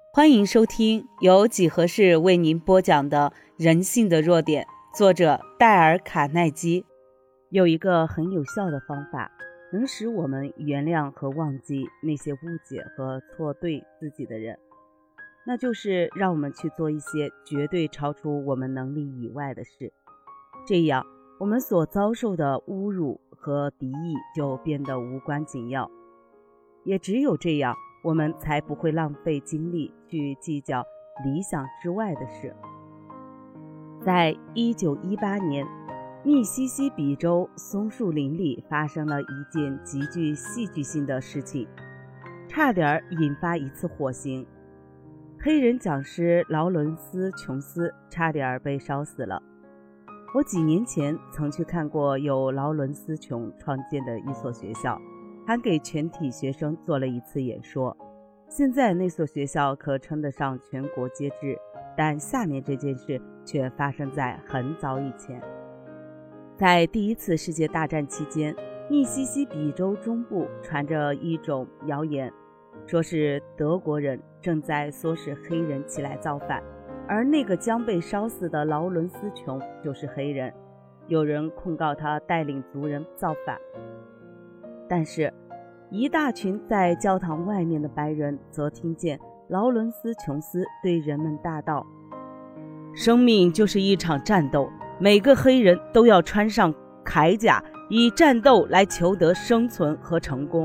欢迎收听由几何式为您播讲的人性的弱点，作者戴尔·卡耐基。有一个很有效的方法，能使我们原谅和忘记那些误解和错对自己的人，那就是让我们去做一些绝对超出我们能力以外的事。这样，我们所遭受的侮辱和敌意就变得无关紧要。也只有这样，我们才不会浪费精力去计较理想之外的事。在1918年，密西西比州松树林里发生了一件极具戏剧性的事情，差点引发一次火刑。黑人讲师劳伦斯·琼斯差点被烧死了。我几年前曾去看过由劳伦斯·琼创建的一所学校，还给全体学生做了一次演说。现在那所学校可称得上全国皆知，但下面这件事却发生在很早以前。在第一次世界大战期间，密西西比州中部传着一种谣言，说是德国人正在唆使黑人起来造反，而那个将被烧死的劳伦斯·琼就是黑人，有人控告他带领族人造反。但是一大群在教堂外面的白人则听见劳伦斯·琼斯对人们大道：生命就是一场战斗，每个黑人都要穿上铠甲，以战斗来求得生存和成功。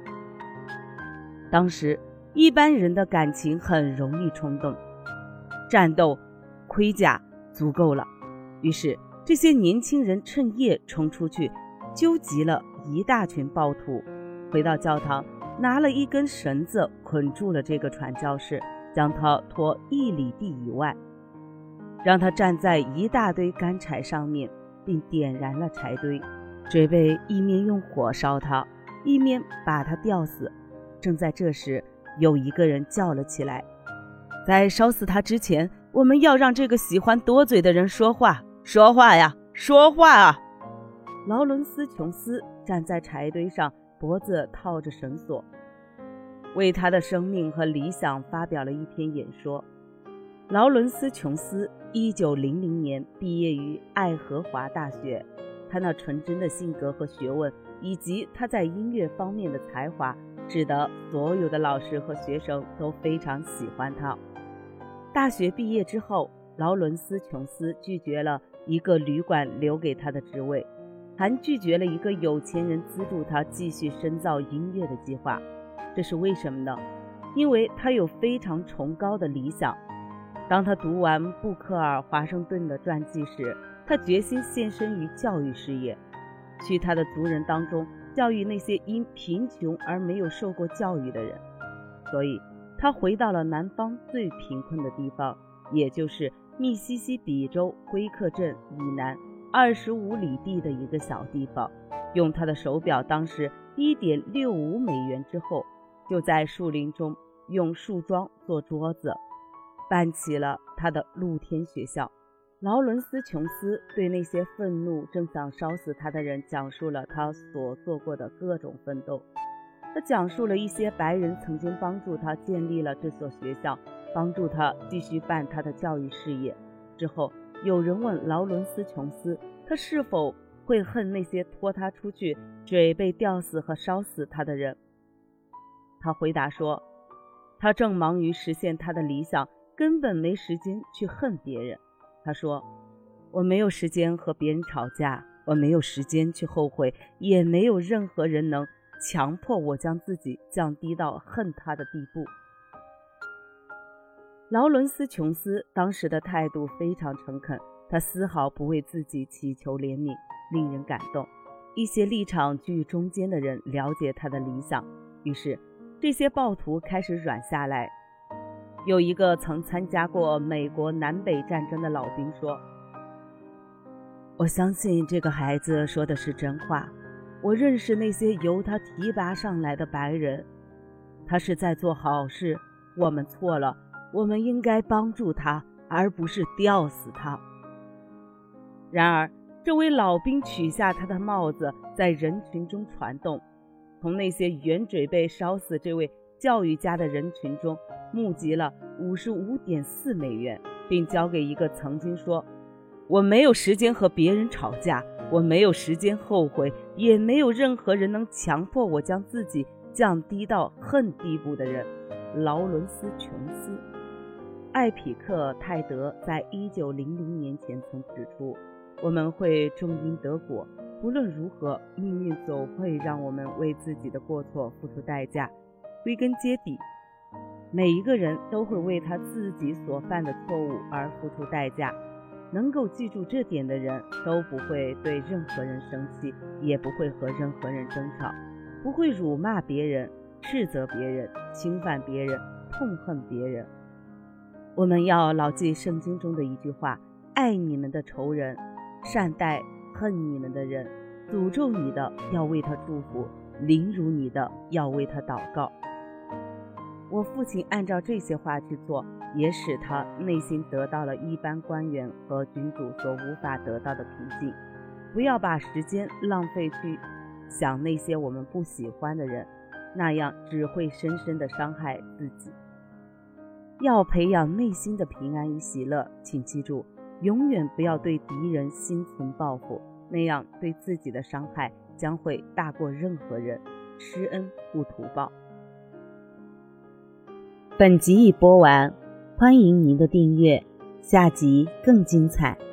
当时一般人的感情很容易冲动，战斗盔甲足够了，于是这些年轻人趁夜冲出去，纠集了一大群暴徒，回到教堂，拿了一根绳子捆住了这个传教士，将他拖1里地以外，让他站在一大堆干柴上面，并点燃了柴堆，准备一面用火烧他，一面把他吊死。正在这时，有一个人叫了起来：在烧死他之前，我们要让这个喜欢多嘴的人说话，说话呀，说话啊！劳伦斯·琼斯站在柴堆上，脖子套着绳索，为他的生命和理想发表了一篇演说。劳伦斯·琼斯1900年毕业于爱荷华大学，他那纯真的性格和学问，以及他在音乐方面的才华，使得所有的老师和学生都非常喜欢他。大学毕业之后，劳伦斯·琼斯拒绝了一个旅馆留给他的职位，还拒绝了一个有钱人资助他继续深造音乐的计划。这是为什么呢？因为他有非常崇高的理想。当他读完布克尔·华盛顿的传记时，他决心献身于教育事业，去他的族人当中教育那些因贫穷而没有受过教育的人。所以他回到了南方最贫困的地方，也就是密西西比州辉克镇以南25里地的一个小地方，用他的手表当时1.65美元之后，就在树林中用树桩做桌子，办起了他的露天学校。劳伦斯·琼斯对那些愤怒正想烧死他的人讲述了他所做过的各种奋斗。他讲述了一些白人曾经帮助他建立了这所学校，帮助他继续办他的教育事业。之后有人问劳伦斯·琼斯，他是否会恨那些拖他出去准备吊死和烧死他的人。他回答说，他正忙于实现他的理想，根本没时间去恨别人。他说，我没有时间和别人吵架，我没有时间去后悔，也没有任何人能强迫我将自己降低到恨他的地步。劳伦斯·琼斯当时的态度非常诚恳，他丝毫不为自己祈求怜悯，令人感动。一些立场居中间的人了解他的理想，于是这些暴徒开始软下来。有一个曾参加过美国南北战争的老兵说，我相信这个孩子说的是真话，我认识那些由他提拔上来的白人，他是在做好事，我们错了，我们应该帮助他，而不是吊死他。然而这位老兵取下他的帽子，在人群中传动，从那些原准备烧死这位教育家的人群中募集了55.4美元，并交给一个曾经说我没有时间和别人吵架，我没有时间后悔，也没有任何人能强迫我将自己降低到恨地步的人，劳伦斯·琼斯。艾匹克泰德在1900年前曾指出，我们会种因得果，不论如何，命运总会让我们为自己的过错付出代价。归根结底，每一个人都会为他自己所犯的错误而付出代价。能够记住这点的人都不会对任何人生气，也不会和任何人争吵，不会辱骂别人，斥责别人，侵犯别人，痛恨别人。我们要牢记圣经中的一句话：爱你们的仇人，善待恨你们的人，诅咒你的要为他祝福，凌辱你的要为他祷告。我父亲按照这些话去做，也使他内心得到了一般官员和君主所无法得到的平静。不要把时间浪费去想那些我们不喜欢的人，那样只会深深地伤害自己。要培养内心的平安与喜乐，请记住，永远不要对敌人心存报复，那样对自己的伤害将会大过任何人。施恩不图报。本集已播完，欢迎您的订阅，下集更精彩。